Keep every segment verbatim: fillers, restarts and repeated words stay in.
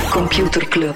Computer Club.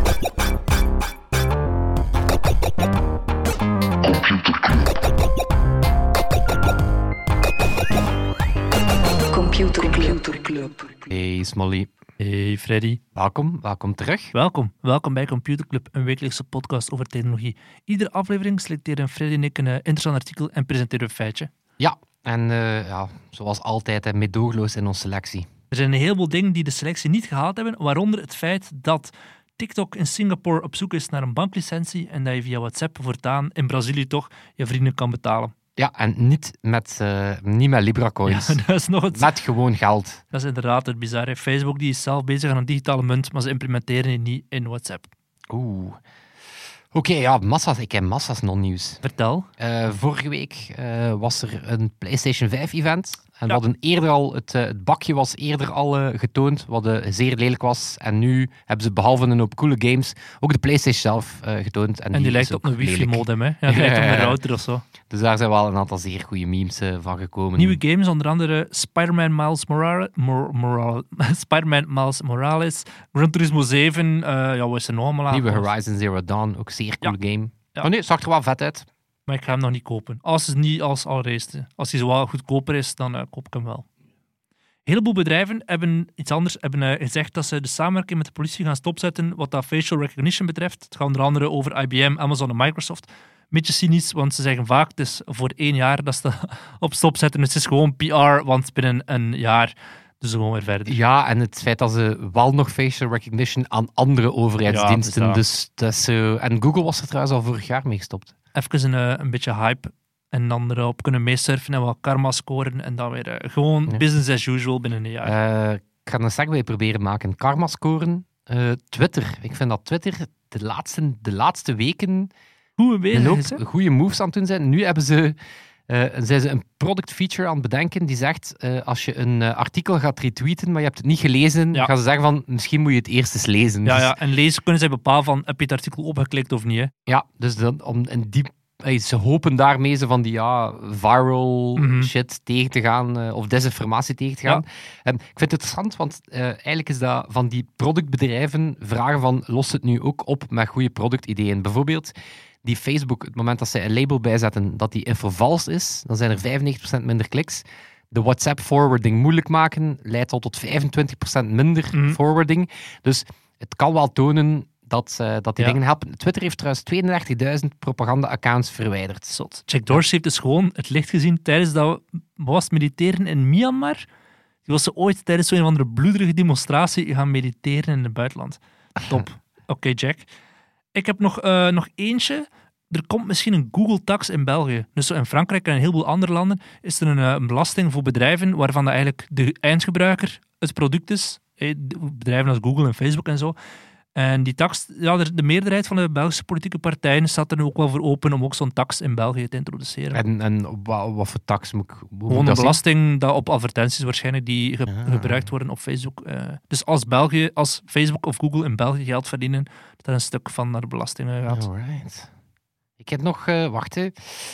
Computer Computer Club. Hey Smolly. Hey Freddy. Welkom, welkom terug. Welkom, welkom bij Computer Club, een wekelijkse podcast over technologie. Iedere aflevering selecteren Freddy en ik een uh, interessant artikel en presenteren een feitje. Ja, en uh, ja, zoals altijd, hè, meedogenloos in onze selectie. Er zijn een heleboel dingen die de selectie niet gehaald hebben, waaronder het feit dat TikTok in Singapore op zoek is naar een banklicentie en dat je via WhatsApp voortaan in Brazilië toch je vrienden kan betalen. Ja, en niet met, uh, niet met Libra-coins. Ja, dat is nog het... Met gewoon geld. Dat is inderdaad het bizarre. Facebook die is zelf bezig aan een digitale munt, maar ze implementeren die niet in WhatsApp. Oeh. Oké, okay, ja, massa's. Ik heb massa's non-nieuws. Vertel. Uh, vorige week uh, was er een PlayStation vijf event. En ja. we hadden eerder al, het, uh, het bakje was eerder al uh, getoond, wat uh, zeer lelijk was. En nu hebben ze behalve een hoop coole games ook de PlayStation zelf uh, getoond. En, en die, die lijkt op een wifi-modem, hè? Ja, die lijkt op een router of zo. Dus daar zijn wel een aantal zeer goede memes uh, van gekomen. Nieuwe games, onder andere Spider-Man Miles Morales, Mor- Morales, Spider-Man Miles Morales, Gran Turismo zeven, uh, ja, wat is er nog allemaal? Nieuwe Horizon Zero Dawn, ook zeer coole ja. game. Ja. Maar nee, het zag er wel vet uit. Maar ik ga hem nog niet kopen. Als het niet als allereerste. Als hij zo wel goedkoper is, dan uh, koop ik hem wel. Een heleboel bedrijven hebben iets anders hebben, uh, gezegd dat ze de samenwerking met de politie gaan stopzetten wat dat facial recognition betreft. Het gaat onder andere over I B M, Amazon en Microsoft. Beetje cynisch, want ze zeggen vaak het is voor één jaar dat ze dat op stop zetten. Het is gewoon P R, want binnen een jaar dus gewoon weer verder. Ja, en het feit dat ze wel nog facial recognition aan andere overheidsdiensten. Ja, dus dat is zo... En Google was er trouwens al vorig jaar mee gestopt. Even een, een beetje hype en dan erop kunnen meesurfen en wat karma scoren en dan weer uh, gewoon ja. business as usual binnen een jaar. Uh, ik ga een segway proberen maken. Karma scoren. Uh, Twitter. Ik vind dat Twitter de laatste, de laatste weken Hoe bezig is, hè? goede moves aan het doen zijn. Nu hebben ze, uh, zijn ze een product feature aan het bedenken die zegt, uh, als je een uh, artikel gaat retweeten, maar je hebt het niet gelezen, ja. gaan ze zeggen van, misschien moet je het eerst eens lezen. Ja, dus, ja, en lezen kunnen zij bepalen van, heb je het artikel opgeklikt of niet, hè? Ja, dus dan, om in die... Ze hopen daarmee ze van die ja, viral mm-hmm. shit tegen te gaan, uh, of desinformatie tegen te gaan. Ja. Um, ik vind het interessant, want uh, eigenlijk is dat van die productbedrijven vragen van, los het nu ook op met goede productideeën. Bijvoorbeeld, die Facebook, het moment dat zij een label bijzetten dat die info vals is, dan zijn er vijfennegentig procent minder kliks. De WhatsApp forwarding moeilijk maken leidt al tot vijfentwintig procent minder mm-hmm. forwarding. Dus het kan wel tonen dat, uh, dat die ja. dingen helpen. Twitter heeft trouwens tweeëndertigduizend propaganda-accounts verwijderd. Zot. Jack Dorsey heeft dus gewoon het licht gezien tijdens dat was mediteren in Myanmar. Die was ze ooit tijdens zo'n andere bloederige demonstratie gaan mediteren in het buitenland. Top. Oké, okay, Jack. Ik heb nog, uh, nog eentje. Er komt misschien een Google-tax in België. Dus zo in Frankrijk en een heleboel andere landen is er een, uh, een belasting voor bedrijven waarvan dat eigenlijk de eindgebruiker het product is. Eh, bedrijven als Google en Facebook en zo. En die tax, ja, de meerderheid van de Belgische politieke partijen staat er nu ook wel voor open om ook zo'n tax in België te introduceren. En, en wat, wat voor tax moet ik... Gewoon een belasting dat op advertenties waarschijnlijk die ge- ah. gebruikt worden op Facebook. Uh, dus als België, als Facebook of Google in België geld verdienen, dat er een stuk van naar de belastingen gaat. Alright. Ik heb nog, uh, wacht hè.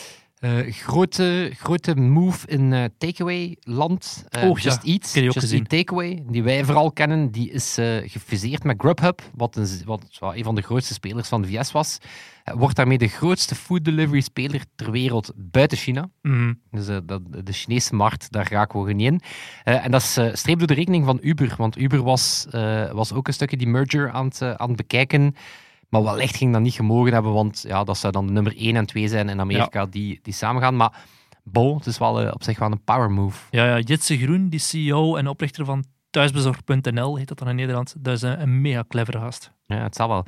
Uh, grote, grote move in uh, takeaway-land. Uh, oh, Just ja. Eat. Just Just Eat Takeaway, die wij vooral kennen, die is uh, gefuseerd met Grubhub, wat, een, wat well, een van de grootste spelers van de V S was. Uh, wordt daarmee de grootste food delivery speler ter wereld buiten China. Mm. Dus uh, dat, de Chinese markt, daar raken we niet in. Uh, en dat is uh, streep door de rekening van Uber, want Uber was, uh, was ook een stukje die merger aan het, uh, aan het bekijken. Maar wellicht ging dat niet gemogen hebben, want ja, dat zou dan de nummer één en twee zijn in Amerika ja. die, die samengaan. Maar bon, het is wel uh, op zich wel een power move. Ja, ja, Jitse Groen, die C E O en oprichter van thuisbezorgd punt n l, heet dat dan in Nederland. Dat is een, een mega clevere gast. Ja, het zal wel.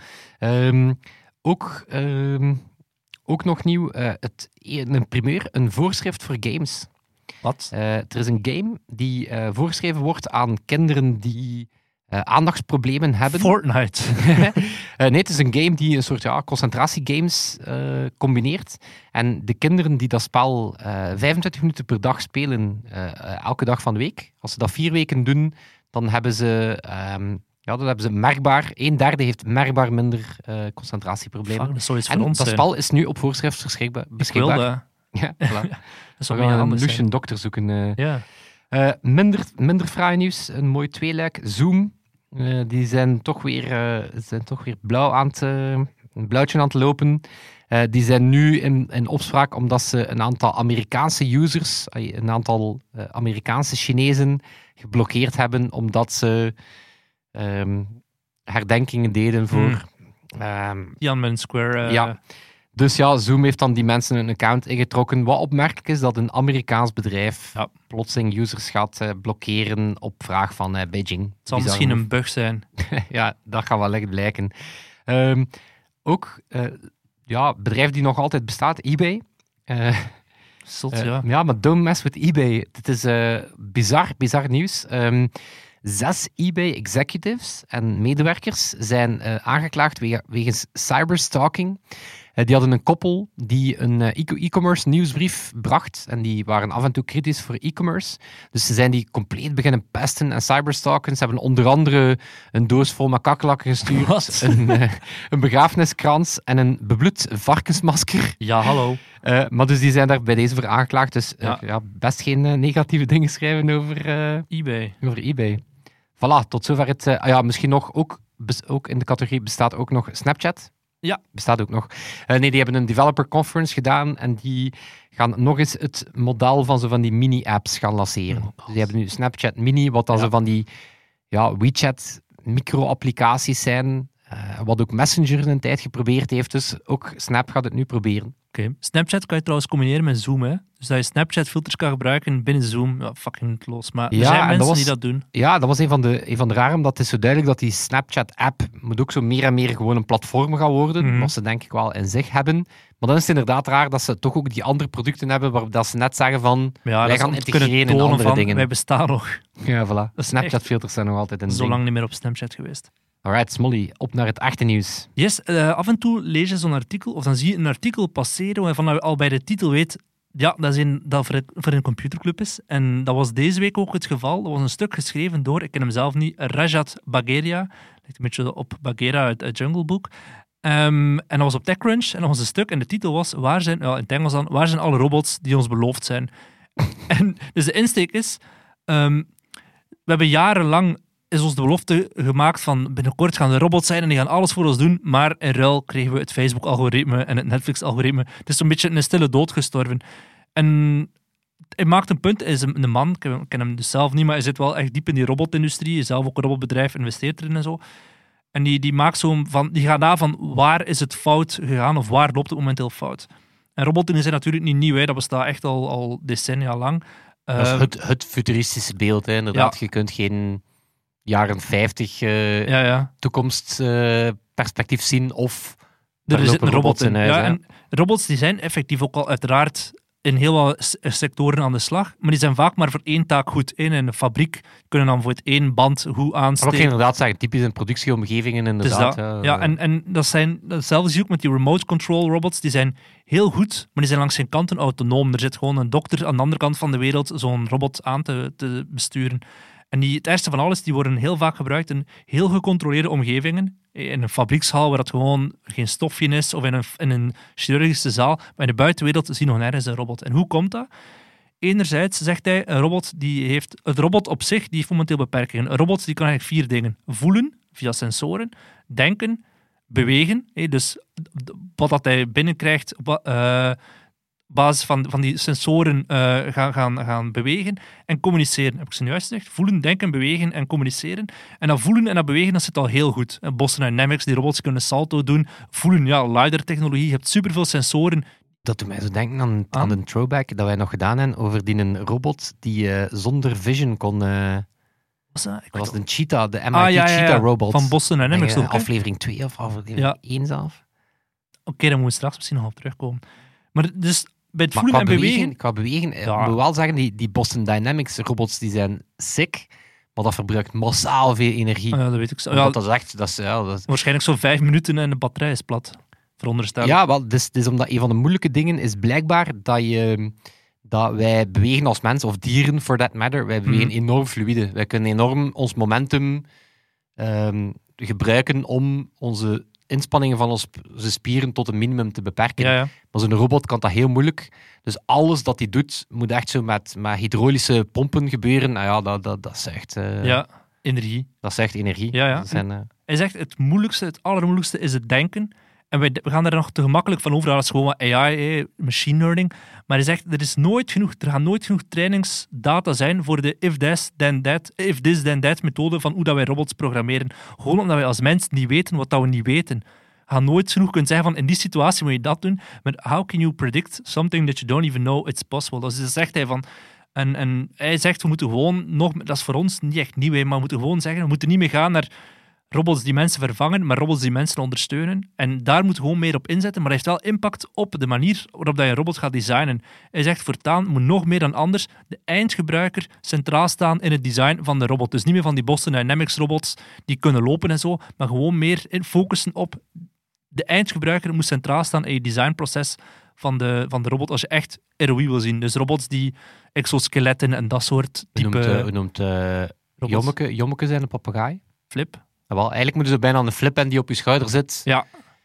Um, ook, um, ook nog nieuw, uh, het, een primeur, een voorschrift voor games. Wat? Uh, er is een game die uh, voorgeschreven wordt aan kinderen die... Uh, aandachtsproblemen hebben. Fortnite. uh, nee, het is een game die een soort ja, concentratiegames uh, combineert. En de kinderen die dat spel uh, vijfentwintig minuten per dag spelen, uh, uh, elke dag van de week, als ze dat vier weken doen, dan hebben ze, um, ja, dan hebben ze merkbaar, een derde heeft merkbaar minder uh, concentratieproblemen. Fuck, dat zou iets en voor ons dat zijn. spel is nu op voorschrift beschikbaar. beschikbaar. Ik wil dat. Ja, voilà. Dat zou we gaan wel een Lucian zijn. dokter zoeken. Uh. Ja. Uh, minder, minder fraai nieuws, een mooi tweeluik. Zoom. Uh, die zijn toch weer, uh, zijn toch weer blauw aan het, uh, een blauwtje aan het lopen. Uh, die zijn nu in, in opspraak omdat ze een aantal Amerikaanse users, een aantal uh, Amerikaanse Chinezen geblokkeerd hebben omdat ze um, herdenkingen deden voor... Hmm. Um, Tiananmen Square. Uh... Ja. Dus ja, Zoom heeft dan die mensen een account ingetrokken. Wat opmerkelijk is dat een Amerikaans bedrijf ja. plotseling users gaat uh, blokkeren op vraag van uh, Beijing. Het zal Bizar misschien of... een bug zijn. Ja, dat gaat wel echt blijken. Um, ook, uh, ja, bedrijf die nog altijd bestaat, eBay. Uh, Zot, uh, ja. Ja, maar don't mess with eBay. Dit is uh, bizar, bizar nieuws. Um, Zes eBay-executives en medewerkers zijn uh, aangeklaagd wege, wegens cyberstalking. Uh, die hadden een koppel die een uh, e-commerce nieuwsbrief bracht en die waren af en toe kritisch voor e-commerce. Dus ze zijn die compleet beginnen pesten en cyberstalken. Ze hebben onder andere een doos vol met kakkerlakken gestuurd, een, uh, een begrafeniskrans en een bebloed varkensmasker. Ja, hallo. Uh, maar dus die zijn daar bij deze voor aangeklaagd. Dus uh, ja. Ja, best geen uh, negatieve dingen schrijven over, uh, eBay. over eBay. Voilà, tot zover het... Uh, ah ja, misschien nog, ook, bes, ook in de categorie bestaat ook nog Snapchat. Ja. Bestaat ook nog. Uh, nee, die hebben een developer conference gedaan en die gaan nog eens het model van zo van die mini-apps gaan lanceren. Oh, dus die hebben nu Snapchat Mini, wat dan ja. zo van die ja, WeChat micro-applicaties zijn, uh, wat ook Messenger een tijd geprobeerd heeft, dus ook Snap gaat het nu proberen. Oké. Okay. Snapchat kan je trouwens combineren met Zoom, hè? Dus dat je Snapchat-filters kan gebruiken binnen Zoom. Ja, fucking los. Maar er ja, zijn mensen dat was, die dat doen. Ja, dat was een van de, een van de rare, omdat het is zo duidelijk dat die Snapchat-app moet ook zo meer en meer gewoon een platform gaan worden, mm-hmm. wat ze denk ik wel in zich hebben. Maar dan is het inderdaad raar dat ze toch ook die andere producten hebben, waar dat ze net zeggen van, ja, wij gaan integreren in andere van, dingen. Wij bestaan nog. Ja, voilà. Snapchat-filters zijn nog altijd een zo ding. lang niet meer op Snapchat geweest. Alright, Smolly, op naar het echte nieuws. Yes, uh, af en toe lees je zo'n artikel, of dan zie je een artikel passeren waarvan je al bij de titel weet, ja, dat, is een, dat voor, voor een computerclub is. En dat was deze week ook het geval. Dat was een stuk geschreven door, ik ken hem zelf niet, Rajat Bagheera. Lijkt een beetje op Bagheera uit, uit Jungle Book. Um, en dat was op TechCrunch. En dat was een stuk, en de titel was, waar zijn, ja, in het Engels dan, waar zijn alle robots die ons beloofd zijn? En dus de insteek is, um, we hebben jarenlang is ons de belofte gemaakt van binnenkort gaan er robots zijn en die gaan alles voor ons doen, maar in ruil kregen we het Facebook-algoritme en het Netflix-algoritme. Het is zo'n beetje een stille dood gestorven. En hij maakt een punt, hij is een man, ik ken hem dus zelf niet, maar hij zit wel echt diep in die robotindustrie, hij is zelf ook een robotbedrijf, investeert erin en zo. En die, die maakt zo van, die gaat na van waar is het fout gegaan of waar loopt het momenteel fout. En robotten zijn natuurlijk niet nieuw, hè. Dat bestaat echt al, al decennia lang. Dat is het, het futuristische beeld, hè. Inderdaad. Ja. Je kunt geen jaren vijftig uh, ja, ja. toekomstperspectief uh, zien of er zit een robot in. huis, ja, en robots die zijn effectief ook al uiteraard in heel wat sectoren aan de slag, maar die zijn vaak maar voor één taak goed. In een fabriek kunnen dan voor het één band goed aansteken. Dat wil ik inderdaad zeggen, typisch in productieomgevingen inderdaad. Dus dat, ja, ja, en, en dat zijn, datzelfde zie je ook met die remote control robots, die zijn heel goed, maar die zijn langs geen kanten autonoom. Er zit gewoon een dokter aan de andere kant van de wereld zo'n robot aan te, te besturen. En die, het ergste van alles, die worden heel vaak gebruikt in heel gecontroleerde omgevingen. In een fabriekshal waar dat gewoon geen stofje is, of in een, in een chirurgische zaal. Maar in de buitenwereld zie je nog nergens een robot. En hoe komt dat? Enerzijds zegt hij, een robot die heeft... Het robot op zich, die heeft momenteel beperkingen. Een robot die kan eigenlijk vier dingen. Voelen, via sensoren. Denken, bewegen. Dus wat dat hij binnenkrijgt... Uh, basis van, van die sensoren uh, gaan, gaan, gaan bewegen en communiceren. Heb ik ze nu juist gezegd? Voelen, denken, bewegen en communiceren. En dat voelen en dat bewegen, dat zit al heel goed. Boston Dynamics, die robots kunnen salto doen. Voelen, ja, LiDAR-technologie. Je hebt superveel sensoren. Dat doet mij zo denken aan, ah. aan een throwback dat wij nog gedaan hebben over die een robot die uh, zonder vision kon... Uh... Was dat? Ik dat was een Cheetah, de M I T ah, ja, Cheetah ja, ja. robot. Van Boston Dynamics uh, ook. Aflevering twee of aflevering ja. één zelf. Oké, okay, daar moeten we straks misschien nog op terugkomen. Maar dus... Bij het maar voelen qua en bewegen, bewegen... Qua bewegen, ja. ik moet wel zeggen, die, die Boston Dynamics robots die zijn sick, maar dat verbruikt massaal veel energie. Oh ja, dat weet ik zo. Ja, ja, dat is echt... Dat is, ja, dat is... Waarschijnlijk zo'n vijf minuten en de batterij is plat. Veronderstel. Ja, wel, dus, dus omdat een van de moeilijke dingen is blijkbaar dat, je, dat wij bewegen als mensen, of dieren for that matter, wij bewegen hmm. enorm fluïde. Wij kunnen enorm ons momentum um, gebruiken om onze inspanningen van onze spieren tot een minimum te beperken. Ja, ja. Maar zo'n robot kan dat heel moeilijk. Dus alles dat hij doet, moet echt zo met, met hydraulische pompen gebeuren. Nou ja, dat, dat, dat is echt... Uh, ja. Energie. Dat is echt energie. Ja, ja. Dat zijn, uh... Hij zegt, het moeilijkste, het allermoeilijkste is het denken. En wij, we gaan daar nog te gemakkelijk van over. Dat is gewoon wat A I, machine learning. Maar hij zegt, er, is nooit genoeg, er gaan nooit genoeg trainingsdata zijn voor de if this, then that, if this, then that methode van hoe dat wij robots programmeren. Gewoon omdat wij als mensen niet weten wat dat we niet weten. Je gaat nooit genoeg kunnen zeggen van, in die situatie moet je dat doen. Maar how can you predict something that you don't even know it's possible? Dus dat zegt hij van... En, en hij zegt, we moeten gewoon nog... Dat is voor ons niet echt nieuw, maar we moeten gewoon zeggen, we moeten niet meer gaan naar robots die mensen vervangen, maar robots die mensen ondersteunen. En daar moeten we gewoon meer op inzetten. Maar hij heeft wel impact op de manier waarop je een robot gaat designen. Hij zegt, voortaan moet nog meer dan anders de eindgebruiker centraal staan in het design van de robot. Dus niet meer van die Boston Dynamics robots die kunnen lopen en zo, maar gewoon meer in focussen op de eindgebruiker moet centraal staan in je designproces van de, van de robot als je echt R O I wil zien. Dus robots die exoskeletten en dat soort type... Hoe noemt, uh, noemt uh, Jommeke, Jommeke zijn een papegaai? Flip. Ja, wel, eigenlijk moeten ze bijna een flip en die op je schouder zit. Ja.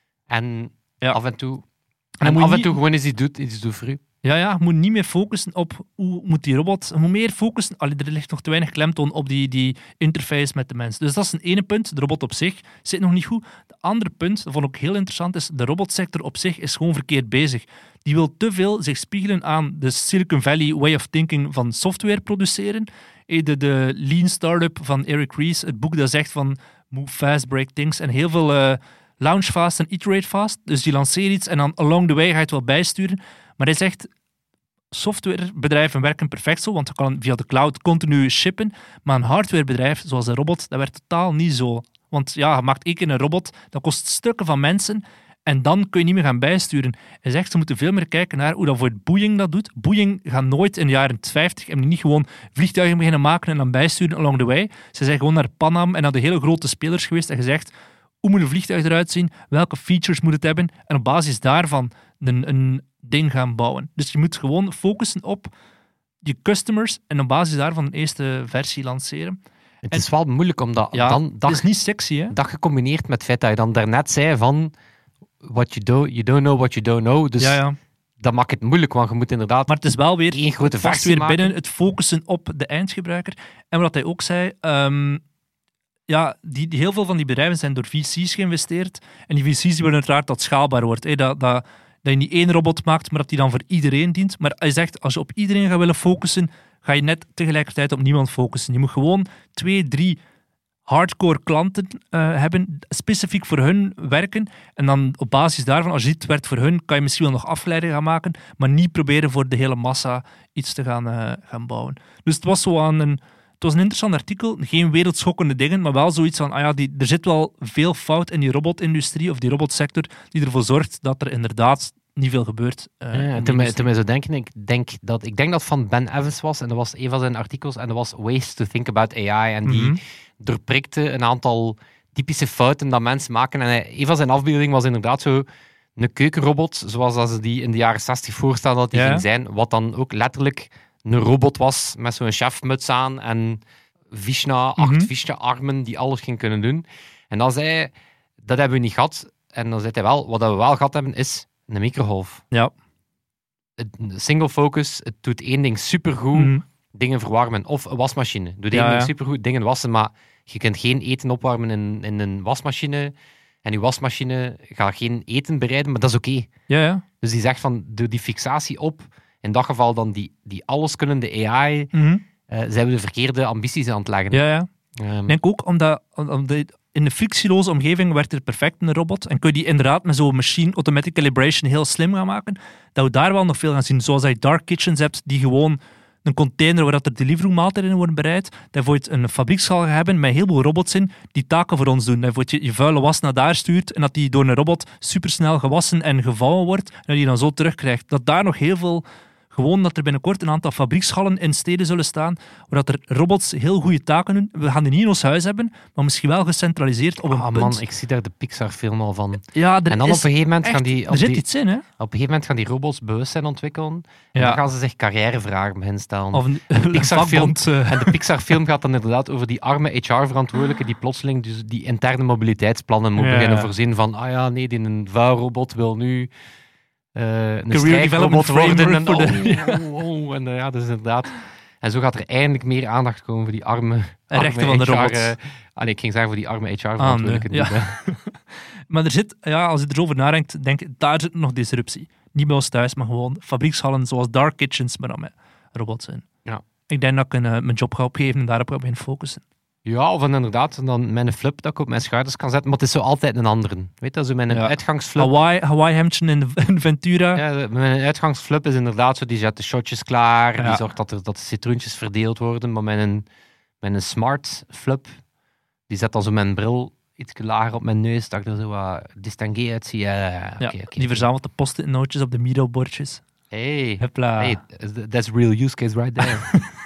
En ja. af en toe... En, en af niet... en toe gewoon iets die doet, iets doet voor u. Ja, ja, je moet niet meer focussen op hoe moet die robot... Je moet meer focussen... Allee, er ligt nog te weinig klemtoon op die, die interface met de mens. Dus dat is een ene punt. De robot op zich zit nog niet goed. De andere punt, dat vond ik ook heel interessant, is de robotsector op zich is gewoon verkeerd bezig. Die wil te veel zich spiegelen aan de Silicon Valley way of thinking van software produceren. De, de Lean Startup van Eric Ries, het boek dat zegt van move fast, break things. En heel veel uh, launch fast en iterate fast. Dus die lanceert iets en dan along the way ga je het wel bijsturen. Maar hij zegt, softwarebedrijven werken perfect zo, want je kan via de cloud continu shippen. Maar een hardwarebedrijf, zoals een robot, dat werkt totaal niet zo. Want ja, je maakt één keer een robot, dat kost stukken van mensen. En dan kun je niet meer gaan bijsturen. Hij zegt, ze moeten veel meer kijken naar hoe dat voor Boeing dat doet. Boeing gaat nooit in de jaren vijftig en niet gewoon vliegtuigen beginnen maken en dan bijsturen along the way. Ze zijn gewoon naar Pan Am en naar de hele grote spelers geweest en gezegd, hoe moet een vliegtuig eruit zien? Welke features moet het hebben? En op basis daarvan een, een ding gaan bouwen. Dus je moet gewoon focussen op je customers en op basis daarvan een eerste versie lanceren. Het en, is wel moeilijk omdat ja, dan... Dat is niet sexy, hè? Dat gecombineerd met het feit dat je dan daarnet zei van... What you, do, you don't know what you don't know. Dus ja, ja. dat maakt het moeilijk, want je moet inderdaad... Maar het is wel weer, één grote het past versie weer maken. binnen het focussen op de eindgebruiker. En wat hij ook zei... Um, ja, die, die, heel veel van die bedrijven zijn door V C's geïnvesteerd. En die V C's die willen uiteraard dat schaalbaar wordt. Hè? Dat, dat, dat je niet één robot maakt, maar dat die dan voor iedereen dient. Maar hij zegt, als je op iedereen gaat willen focussen, ga je net tegelijkertijd op niemand focussen. Je moet gewoon twee, drie hardcore klanten uh, hebben, specifiek voor hun werken. En dan op basis daarvan, als je ziet, het werkt voor hun, kan je misschien wel nog afleiding gaan maken, maar niet proberen voor de hele massa iets te gaan, uh, gaan bouwen. Dus het was zo aan een... Het was een interessant artikel, geen wereldschokkende dingen, maar wel zoiets van, ah ja, die, er zit wel veel fout in die robotindustrie of die robotsector die ervoor zorgt dat er inderdaad niet veel gebeurt. Uh, ja, toen mij, toen mij zo denken, ik denk dat ik denk dat het van Ben Evans was en dat was een van zijn artikels en dat was Ways to Think About A I en die mm-hmm. doorprikte een aantal typische fouten dat mensen maken en hij, een van zijn afbeeldingen was inderdaad zo een keukenrobot, zoals dat ze die in de jaren zestig voorstelden dat die ja. ging zijn, wat dan ook letterlijk een robot was met zo'n chefmuts aan en Vishna, acht mm-hmm. Vishna-armen die alles ging kunnen doen. En dan zei hij, dat hebben we niet gehad. En dan zei hij wel, wat we wel gehad hebben, is een microgolf. Ja. Single focus, het doet één ding supergoed, mm-hmm. dingen verwarmen. Of een wasmachine, doet één ja, ding ja. supergoed, dingen wassen, maar je kunt geen eten opwarmen in, in een wasmachine. En die wasmachine gaat geen eten bereiden, maar dat is oké. Okay. Ja, ja. Dus die zegt van, doe die fixatie op. In dat geval dan die, die alleskunnende A I, mm-hmm. uh, zijn we de verkeerde ambities aan het leggen. Ja, ja. Um, ik denk ook omdat, omdat in de frictieloze omgeving werkt er perfect een robot en kun je die inderdaad met zo'n machine automatic calibration heel slim gaan maken, dat we daar wel nog veel gaan zien. Zoals dat je dark kitchens hebt, die gewoon een container waar dat er delivery maaltijden in worden bereid, dat je een fabrieksschaal gaat hebben met heel veel robots in die taken voor ons doen. Dat je je vuile was naar daar stuurt en dat die door een robot supersnel gewassen en gevouwen wordt en dat je die dan zo terugkrijgt. Dat daar nog heel veel... Gewoon dat er binnenkort een aantal fabriekschallen in steden zullen staan, waar dat er robots heel goede taken doen. We gaan die niet in ons huis hebben, maar misschien wel gecentraliseerd op een ah, punt. Man, ik zie daar de Pixar-film al van. Ja, en dan op een gegeven moment echt, gaan die... Er zit die, iets in, hè? Op een gegeven moment gaan die robots bewustzijn ontwikkelen. En ja. dan gaan ze zich carrièrevragen beginnen stellen. Of een, de Pixar-film, uh... En de Pixar-film gaat dan inderdaad over die arme H R-verantwoordelijke die plotseling dus die interne mobiliteitsplannen moet ja, beginnen ja. voorzien van, ah ja, nee, die een vuilrobot wil nu... Uh, een strijkrobot worden en, oh, oh, oh, en uh, ja, dus inderdaad. En zo gaat er eindelijk meer aandacht komen voor die arme... En rechten van de robots. Uh, ah, nee, ik ging zeggen voor die arme H Ah, R-verantwoordelijken. nee. ja. Maar er zit, ja, als je erover nadenkt, denk ik, daar zit nog disruptie. Niet bij ons thuis, maar gewoon fabriekshallen zoals dark kitchens, maar dan met robots in. Ja. Ik denk dat ik een, uh, mijn job ga opgeven en daarop ga beginnen focussen. Ja, of inderdaad, dan met een flip dat ik op mijn schouders kan zetten, maar het is zo altijd een andere. Weet je, zo met een Ja. uitgangsflip. Hawaii, Hawaii hemdje in, de, in Ventura. Ja, met een uitgangsflip is inderdaad zo, die zet de shotjes klaar, Ja. die zorgt dat, er, dat de citroentjes verdeeld worden, maar met een, met een smart flip, die zet dan zo mijn bril iets lager op mijn neus, dat ik er zo wat distingué uitzie. Ja, ja, Ja, oké, oké. die verzamelt de post-it nootjes op de Miro-bordjes. Hey, Hopla. hey, that's real use case right there.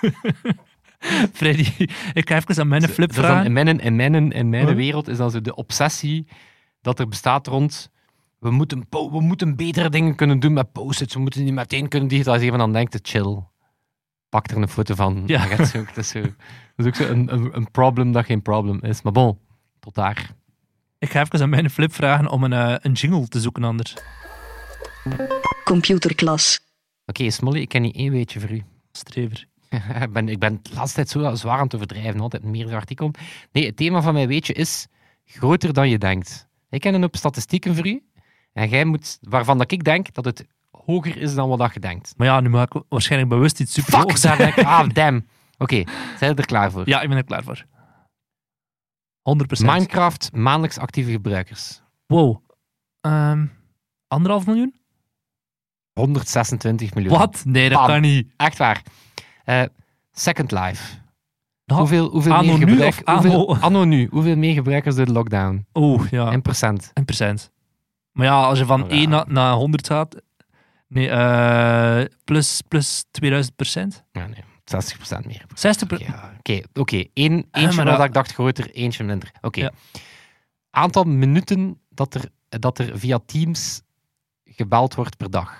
Freddy, ik ga even aan mijn flip Dat is dan vragen. in mijn, in mijn, in mijn Huh? wereld is dan zo de obsessie dat er bestaat rond we moeten, po- we moeten betere dingen kunnen doen met post-its, we moeten die meteen kunnen digitaliseren en dan denkt het chill. Pak er een foto van. Ja. Dat is ook, dat is zo, dat is ook zo een, een, een problem dat geen problem is. Maar bon, tot daar. Ik ga even aan mijn flip vragen om een, uh, een jingle te zoeken anders. Computerklas. Oké, okay, Smolly, ik ken niet één weetje voor u. Strever. ik, ben, ik ben de laatste tijd zo zwaar aan het overdrijven, altijd meerdere artikelen. Nee, het thema van mijn weetje is groter dan je denkt. Ik ken een hoop statistieken voor u. En jij moet, waarvan dat ik denk dat het hoger is dan wat dat je denkt. Maar ja, nu maak ik waarschijnlijk bewust iets super Fuck, daar ben ik... Ah, damn. Oké, okay, zijn we er klaar voor? Ja, ik ben er klaar voor. honderd procent. Minecraft, maandelijks actieve gebruikers. Wow. Um, anderhalf miljoen? honderdzesentwintig miljoen. Wat? Nee, dat Bam. kan niet. Echt waar. Uh, Second Life. Nou, hoeveel hoeveel anno meer nu gebruik, of anno? hoeveel, anno nu. Hoeveel meer gebruikers door de lockdown? Oeh, ja. In procent. In procent. Maar ja, als je van Oh, ja. één naar, naar honderd gaat... Nee, uh, plus, plus tweeduizend procent. Ja, nee. zestig procent meer. zestig procent. Oké, oké. oké. Eén, eentje maar waar dat- ik dacht groter, eentje minder. Oké. Ja. Aantal minuten dat er, dat er via Teams gebeld wordt per dag.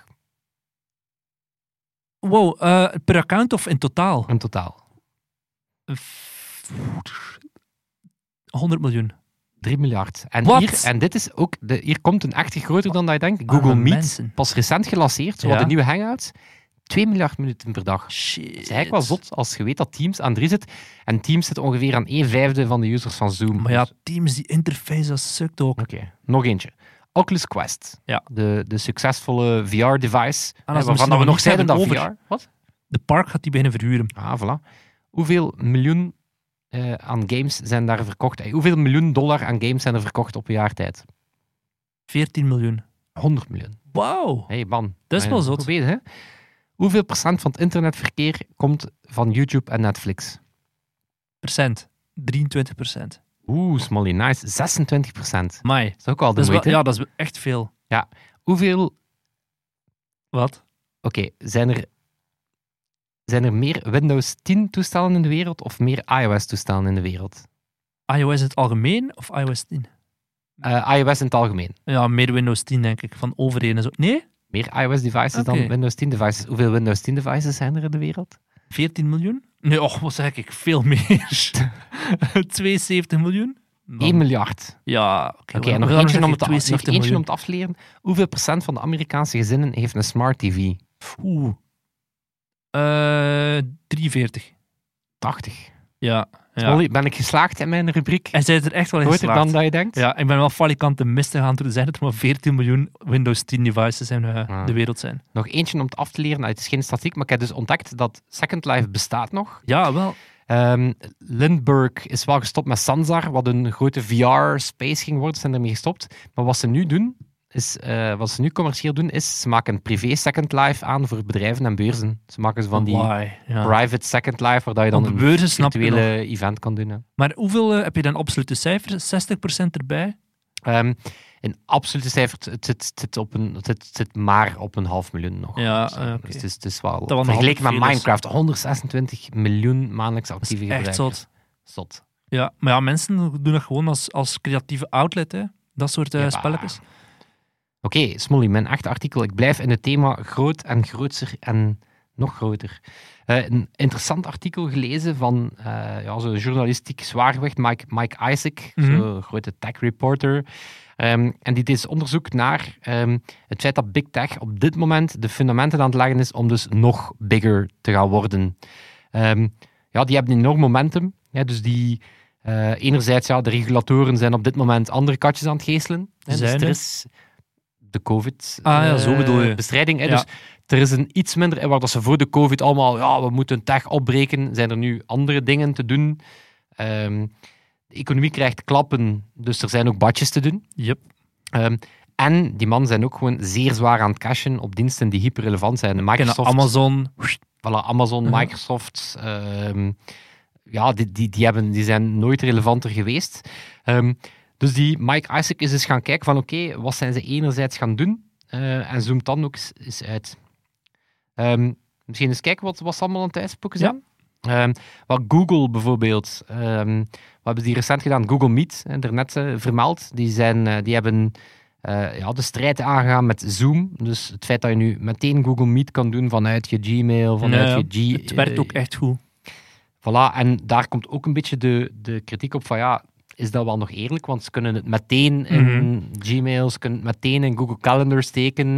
Wow, uh, per account of in totaal? In totaal. honderd miljoen. drie miljard. En, Wat? hier, en dit is ook, de, hier komt een echte groter dan dat je denkt. Google Arme Meet, mensen. pas recent gelanceerd, zo Ja. wat een nieuwe hangout. twee miljard minuten per dag. Shit. Het is eigenlijk wel zot als je weet dat Teams aan drie zit. En Teams zit ongeveer aan een vijfde van de users van Zoom. Maar ja, Dus- Teams, die interface, dat sukt ook. Oké, nog eentje. Oculus Quest. Ja. De, de succesvolle V R-device. Ah, dat is waarvan misschien dat we nog nog niet zeiden dat hebben V R... over. Wat? De park gaat die beginnen verhuren. Ah, voilà. Hoeveel miljoen uh, aan games zijn daar verkocht? Hey, hoeveel miljoen dollar aan games zijn er verkocht op een jaar tijd? veertien miljoen. honderd miljoen. Wauw. Hey, man. Dat is wel Eh, zot. goed bezig, hè? Hoeveel procent van het internetverkeer komt van YouTube en Netflix? Procent. drieëntwintig procent. Oeh, Smolly, nice. zesentwintig procent. Mai. Dat is ook al de Dat is wel, moeite. ja, dat is echt veel. Hoeveel... Wat? Oké, zijn er... Zijn er meer Windows tien toestellen in de wereld of meer iOS toestellen in de wereld? iOS in het algemeen of iOS tien? Uh, iOS in het algemeen. Ja, meer Windows tien, denk ik. Van overheden en zo. Nee? Meer iOS-devices Oké. dan Windows tien devices. Hoeveel Windows tien devices zijn er in de wereld? veertien miljoen? Nee, och, wat zeg ik? Veel meer. tweeënzeventig miljoen? Dan- één miljard. Ja, oké. Oké, en nog eentje, om het, te- nog eentje om het af te leren. Hoeveel procent van de Amerikaanse gezinnen heeft een smart T V? Oeh. Uh, drieënveertig. tachtig. Ja. ja. Ollie, ben ik geslaagd in mijn rubriek? En zij is er echt wel in Groter geslaagd. dan dat je denkt? Ja, ik ben wel falikant de mist gegaan toen zeiden dat er maar veertien miljoen Windows tien devices in uh, Ah. de wereld zijn. Nog eentje om het af te leren. Nou, het is geen statistiek, maar ik heb dus ontdekt dat Second Life bestaat nog. Ja, wel. Um, Lindbergh is wel gestopt met Sansar, wat een grote V R-space ging worden. Ze zijn ermee gestopt. Maar wat ze nu doen, is, uh, wat ze nu commercieel doen, is ze maken een privé Second Life aan voor bedrijven en beurzen. Ze maken ze van die Why? Ja. private Second Life, waar dat je dan Op de een beurzen snap je virtuele event kan doen. Hè. Maar hoeveel uh, heb je dan absolute cijfers? zestig procent erbij? Um, in absolute cijfers, het zit, het zit, op een, het zit, het zit maar op een half miljoen nog. Ja, Dus, uh, uh, oké. dus het, is, het is wel... wel nog vergeleken met veel is. Minecraft, honderdzesentwintig miljoen maandelijks Dat actieve is echt gebruikers. zot. Zot. Ja, maar ja, mensen doen dat gewoon als, als creatieve outlet, hè. Dat soort uh, Ja. spelletjes. Oké, okay, Smolly, mijn echte artikel. Ik blijf in het thema groot en grootser en nog groter. Uh, een interessant artikel gelezen van uh, ja, zo'n journalistiek zwaargewicht, Mike, Mike Isaac, Mhm. zo'n grote tech reporter. Um, en die deed onderzoek naar um, het feit dat Big Tech op dit moment de fundamenten aan het leggen is om dus nog bigger te gaan worden. Um, ja, die hebben enorm momentum. Ja, dus die, uh, enerzijds, ja, de regulatoren zijn op dit moment andere katjes aan het geestelen. Hè, dus er is de COVID-bestrijding. Ah, ja, uh, ja. Dus er is een iets minder, waar dat ze voor de COVID allemaal, ja, we moeten tech opbreken, zijn er nu andere dingen te doen. Um, de economie krijgt klappen, dus er zijn ook badjes te doen. Yep. Um, en die mannen zijn ook gewoon zeer zwaar aan het cashen op diensten die hyperrelevant zijn. Microsoft, Amazon. Voilà, Amazon, uh-huh. Microsoft. Um, ja, die, die, die, hebben, die zijn nooit relevanter geweest. Um, dus die Mike Isaac is eens gaan kijken van oké, okay, wat zijn ze enerzijds gaan doen? Uh, en zoomt dan ook eens uit. Um, misschien eens kijken wat, wat ze allemaal aan het uitspoken zijn. Ja. Um, wat Google bijvoorbeeld, um, wat hebben die recent gedaan? Google Meet, hè, daarnet uh, vermeld. Die, zijn, uh, die hebben uh, ja, de strijd aangegaan met Zoom. Dus het feit dat je nu meteen Google Meet kan doen vanuit je Gmail, vanuit ja, je G... Het werkt uh, ook echt goed. Voilà, en daar komt ook een beetje de, de kritiek op van ja, is dat wel nog eerlijk? Want ze kunnen het meteen in mm-hmm. Gmail, ze kunnen het meteen in Google Calendar steken.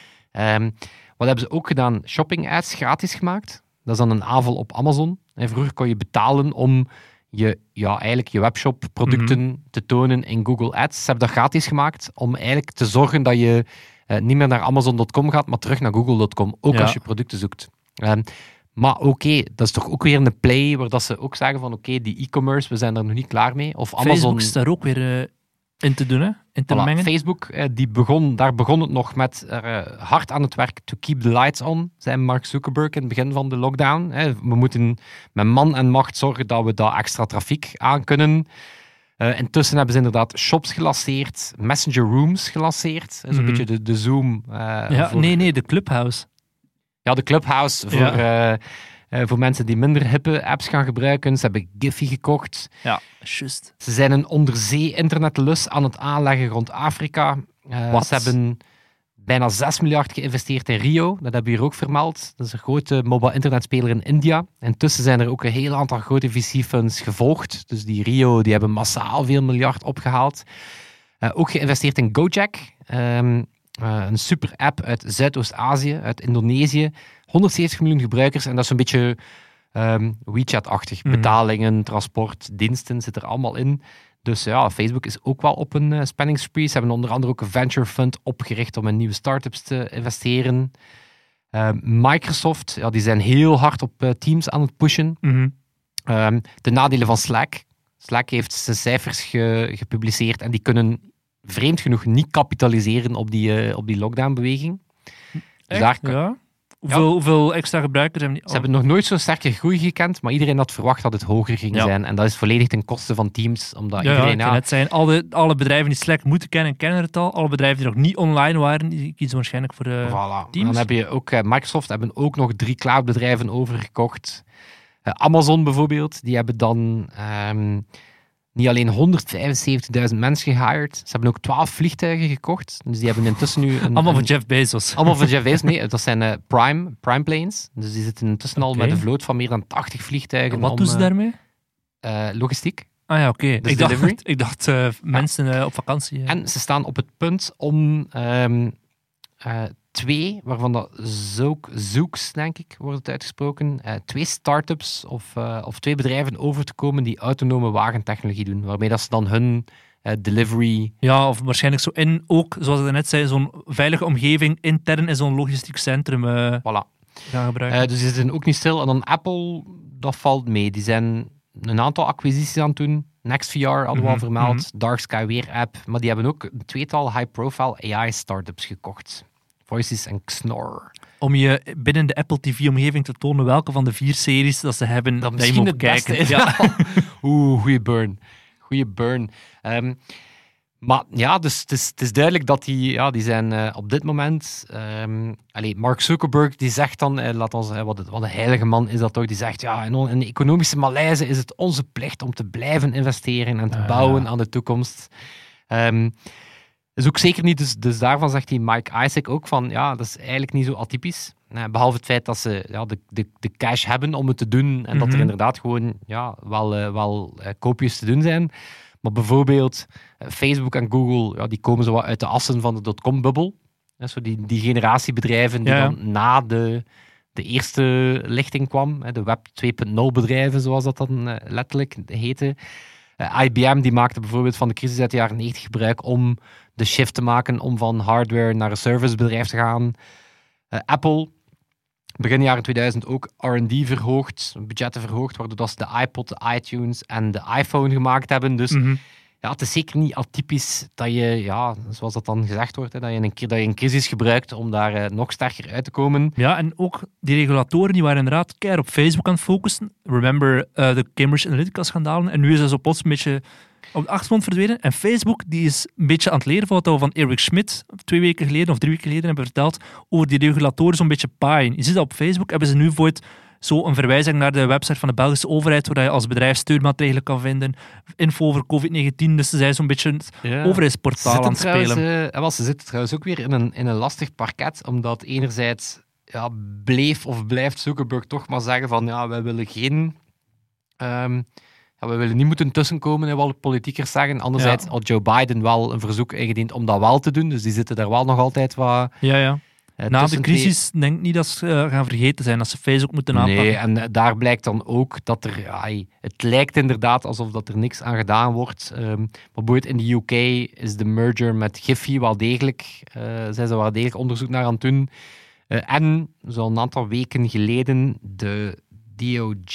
Um, wat hebben ze ook gedaan? Shopping ads gratis gemaakt. Dat is dan een aanval op Amazon. En vroeger kon je betalen om je, ja, eigenlijk je webshop producten mm-hmm. te tonen in Google Ads. Ze hebben dat gratis gemaakt om eigenlijk te zorgen dat je uh, niet meer naar Amazon punt com gaat, maar terug naar Google punt com. Ook ja. als je producten zoekt. Um, maar oké, okay, dat is toch ook weer een play waar dat ze ook zeggen van oké, okay, die e-commerce, we zijn er nog niet klaar mee. Of Amazon... Facebook is daar ook weer uh, in te doen, hè? In te voilà, mengen. Facebook, uh, die begon, daar begon het nog met uh, hard aan het werk to keep the lights on, zei Mark Zuckerberg in het begin van de lockdown. Hè. We moeten met man en macht zorgen dat we dat extra trafiek aan kunnen. Uh, intussen hebben ze inderdaad shops gelanceerd, messenger rooms gelanceerd. Zo'n mm-hmm. beetje de, de Zoom. Uh, ja, voor... Nee, nee, de Clubhouse. Ja, de Clubhouse voor, ja. uh, uh, voor mensen die minder hippe apps gaan gebruiken. Ze hebben Giphy gekocht. Ja, juist. Ze zijn een onderzee-internetlus aan het aanleggen rond Afrika. Uh, Wat? Ze hebben bijna zes miljard geïnvesteerd in Rio. Dat hebben we hier ook vermeld. Dat is een grote mobile internetspeler in India. Intussen zijn er ook een heel aantal grote V C-funds gevolgd. Dus die Rio die hebben massaal veel miljard opgehaald. Uh, ook geïnvesteerd in Gojek. Um, Uh, een super app uit Zuidoost-Azië, uit Indonesië. honderdzeventig miljoen gebruikers en dat is een beetje um, WeChat-achtig. Mm. Betalingen, transport, diensten zit er allemaal in. Dus ja, Facebook is ook wel op een uh, spanningsspree. Ze hebben onder andere ook een venture fund opgericht om in nieuwe start-ups te investeren. Uh, Microsoft, ja, die zijn heel hard op uh, Teams aan het pushen. Mm-hmm. Um, de nadelen van Slack. Slack heeft zijn cijfers ge- gepubliceerd en die kunnen vreemd genoeg niet kapitaliseren op die, uh, op die lockdown-beweging. Dus daar kan... ja? Hoeveel, ja. hoeveel extra gebruikers hebben die? Ze oh. hebben nog nooit zo'n sterke groei gekend, maar iedereen had verwacht dat het hoger ging ja. zijn. En dat is volledig ten koste van Teams. Omdat ja, iedereen, ja, ja, het zijn alle, alle bedrijven die Slack moeten kennen, kennen het al. Alle bedrijven die nog niet online waren, die kiezen waarschijnlijk voor uh, voilà. Teams. Dan heb je ook uh, Microsoft, hebben ook nog drie cloudbedrijven overgekocht. Uh, Amazon bijvoorbeeld, die hebben dan... Um, niet alleen honderdvijfenzeventigduizend mensen gehired, ze hebben ook twaalf vliegtuigen gekocht. Dus die hebben intussen nu... Een, allemaal van een, Jeff Bezos. Allemaal van Jeff Bezos, nee. Dat zijn uh, Prime, Prime Planes. Dus die zitten intussen okay. al met een vloot van meer dan tachtig vliegtuigen. En wat om, doen ze daarmee? Uh, logistiek. Ah ja, oké. Okay. Dus ik, dacht, ik dacht uh, mensen ja. uh, op vakantie. Uh. En ze staan op het punt om... Um, uh, twee, waarvan dat Zook, Zooks, denk ik, wordt het uitgesproken, uh, twee start-ups of, uh, of twee bedrijven over te komen die autonome wagentechnologie doen, waarmee dat ze dan hun uh, delivery... Ja, of waarschijnlijk zo in, ook, zoals ik net zei, zo'n veilige omgeving intern in zo'n logistiek centrum uh, voilà. gaan gebruiken. Uh, dus die zitten ook niet stil. En dan Apple, dat valt mee. Die zijn een aantal acquisities aan het doen. Next V R hadden we mm-hmm. al vermeld. Mm-hmm. Dark Sky Weer app. Maar die hebben ook een tweetal high-profile A I-startups gekocht. Voices en Xnor. Om je binnen de Apple T V-omgeving te tonen welke van de vier series dat ze hebben, dat, dat je moet kijken. Ja. Oeh, goeie burn. Goeie burn. Um, maar ja, dus het is, het is duidelijk dat die, ja, die zijn uh, op dit moment... Um, allez, Mark Zuckerberg die zegt dan, uh, laat ons, uh, wat, het, wat een heilige man is dat toch, die zegt, ja, in, in de economische malaise is het onze plicht om te blijven investeren en te uh, bouwen aan de toekomst. Um, is ook zeker niet, dus, dus daarvan zegt die Mike Isaac ook van, ja, dat is eigenlijk niet zo atypisch. Uh, behalve het feit dat ze ja, de, de, de cash hebben om het te doen en mm-hmm. dat er inderdaad gewoon ja, wel, uh, wel uh, koopjes te doen zijn. Maar bijvoorbeeld uh, Facebook en Google, ja, die komen zo wat uit de assen van de dotcom-bubbel. Uh, zo die, die generatiebedrijven die ja. dan na de, de eerste lichting kwam. Hè, de Web twee punt nul bedrijven, zoals dat dan uh, letterlijk heette. Uh, I B M die maakte bijvoorbeeld van de crisis uit de jaren negentig gebruik om de shift te maken om van hardware naar een servicebedrijf te gaan. Uh, Apple, begin jaren tweeduizend ook R en D verhoogd, budgetten verhoogd, waardoor dat ze de iPod, de iTunes en de iPhone gemaakt hebben. Dus Mm-hmm. ja, het is zeker niet atypisch dat je, ja, zoals dat dan gezegd wordt, hè, dat, je een, dat je een crisis gebruikt om daar uh, nog sterker uit te komen. Ja, en ook die regulatoren die waren inderdaad keihard op Facebook aan het focussen. Remember uh, de Cambridge Analytica-schandalen. En nu is dat zo plots een beetje op de achtergrond verdwenen. En Facebook die is een beetje aan het leren van wat we van Eric Schmidt twee weken geleden of drie weken geleden hebben verteld over die regulatoren zo'n beetje paaien. Je ziet dat op Facebook, hebben ze nu voor het zo een verwijzing naar de website van de Belgische overheid, waar je als bedrijf steunmaatregelen kan vinden, info over covid negentien, dus ze zijn zo'n beetje het Ja. overheidsportaal aan het spelen. Uh, ze zitten trouwens ook weer in een, in een lastig parket, omdat enerzijds ja, bleef of blijft Zuckerberg toch maar zeggen van ja, wij willen geen... Um, ja, we willen niet moeten tussenkomen in wat politiekers zeggen. Anderzijds Ja. had Joe Biden wel een verzoek ingediend om dat wel te doen, dus die zitten daar wel nog altijd wat... Ja, ja. Uh, Na de tussen crisis twee... denk ik niet dat ze uh, gaan vergeten zijn, dat ze Facebook moeten aanpakken. Nee, en uh, daar blijkt dan ook dat er... Ja, het lijkt inderdaad alsof dat er niks aan gedaan wordt. Um, maar bijvoorbeeld in de U K is de merger met Giphy wel degelijk... Uh, zijn ze wel degelijk onderzoek naar aan het doen. Uh, en, zo'n aantal weken geleden, de D O G,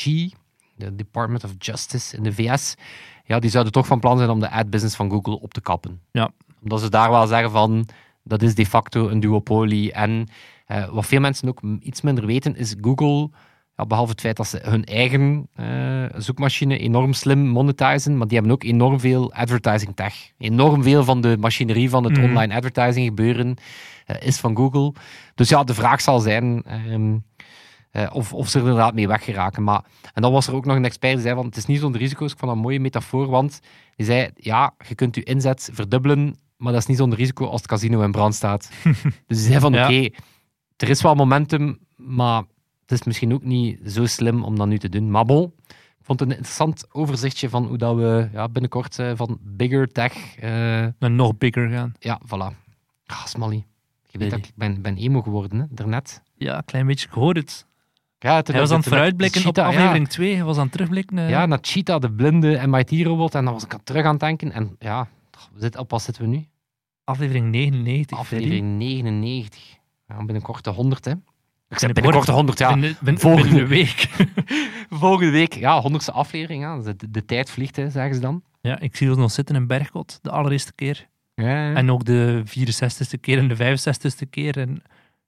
de Department of Justice in de V S, ja, die zouden toch van plan zijn om de ad-business van Google op te kappen. Ja. Omdat ze daar wel zeggen van... Dat is de facto een duopolie. En uh, wat veel mensen ook iets minder weten, is Google, ja, behalve het feit dat ze hun eigen uh, zoekmachine enorm slim monetizen, maar die hebben ook enorm veel advertising tech. Enorm veel van de machinerie van het mm. online advertising gebeuren uh, is van Google. Dus ja, de vraag zal zijn um, uh, of, of ze er inderdaad mee weggeraken. Maar, en dan was er ook nog een expert die zei van, het is niet zonder risico's. Ik vond dat een mooie metafoor, want die zei, ja, je kunt je inzet verdubbelen, maar dat is niet zonder risico als het casino in brand staat. Dus ze zei van, Ja. oké, okay, er is wel momentum, maar het is misschien ook niet zo slim om dat nu te doen. Maar bon, ik vond het een interessant overzichtje van hoe dat we ja, binnenkort uh, van bigger tech... Uh, En nog bigger gaan. Ja, voilà. Ah, Smally. Je weet dat ik ben, ben emo geworden, hè, daarnet. Ja, een klein beetje. Ik hoor het. Ja, Hij was aan het vooruitblikken Cheetah, op aflevering ja. twee. Hij was aan het terugblikken. Uh... Ja, naar Cheetah, de blinde M I T-robot. En dan was ik aan terug aan het denken. En ja, zit, op wat zitten we nu? Aflevering negenennegentig. Aflevering negenennegentig. Ja, binnenkort de honderd, hè. Ik zeg Binnenkort- binnenkort de honderd, ja. Binnen, binnen, Volgende- binnen een week. Volgende week, ja, honderdste aflevering. Ja. De, de tijd vliegt, hè, zeggen ze dan. Ja, ik zie ons nog zitten in Bergkot. De allereerste keer. Ja, ja. En ook de vierenzestigste keer en de vijfenzestigste keer. En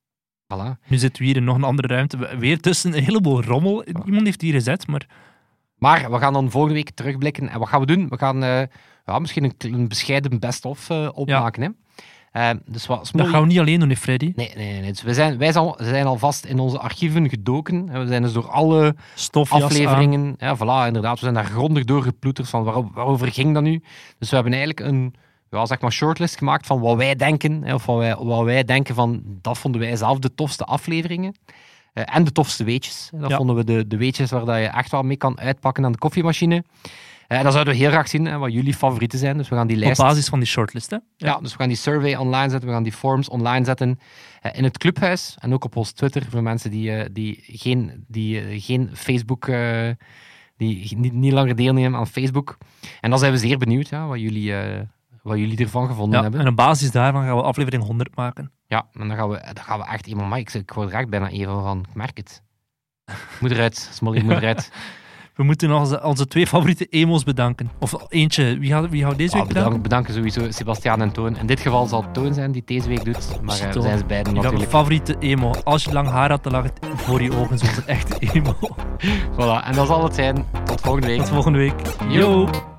Voilà. nu zitten we hier in nog een andere ruimte. Weer tussen een heleboel rommel. Iemand heeft die gezet, maar... Maar we gaan dan volgende week terugblikken. En wat gaan we doen? We gaan uh, ja, misschien een, een bescheiden best-of uh, opmaken. Hè? Uh, dus wat Dat Smolly... gaan we niet alleen doen, hè, Freddy. Nee, nee, nee. Dus we zijn, wij zijn, al, zijn alvast in onze archieven gedoken. We zijn dus door alle Stofjas afleveringen... Ja, voilà, inderdaad. We zijn daar grondig door geploeterd van waarover, waarover ging dat nu. Dus we hebben eigenlijk een ja, zeg maar shortlist gemaakt van wat wij denken. Hè, of wat wij, wat wij denken van... Dat vonden wij zelf de tofste afleveringen. Uh, en de tofste weetjes. Dat Ja. vonden we de, de weetjes waar dat je echt wel mee kan uitpakken aan de koffiemachine. En uh, dat zouden we heel graag zien, hè, wat jullie favorieten zijn. Dus we gaan die Op lijst... basis van die shortlist, hè? Ja, dus we gaan die survey online zetten, we gaan die forms online zetten uh, in het clubhuis en ook op ons Twitter voor mensen die, uh, die geen, die, uh, geen Facebook, uh, die niet, niet langer deelnemen aan Facebook. En dan zijn we zeer benieuwd ja, wat, jullie, uh, wat jullie ervan gevonden Ja, hebben. en op basis daarvan gaan we aflevering honderd maken. Ja, en dan gaan we, dan gaan we echt iemand maken. Ik, zeg, ik word er echt bijna even van, ik merk het. Moet eruit, Smolly, moet eruit. We moeten nog onze, onze twee favoriete emo's bedanken. Of eentje, wie gaat, wie gaat deze Ah, week bedanken? bedanken, bedanken sowieso Sebastiaan en Toon. In dit geval zal het Toon zijn die het deze week doet, maar uh, we Toon. zijn ze beiden Je gaat een natuurlijk. favoriete emo. Als je lang haar had, dan lag het voor je ogen zoals een echte emo. Voilà, en dat zal het zijn. Tot volgende week. Tot volgende week. Yo. Yo.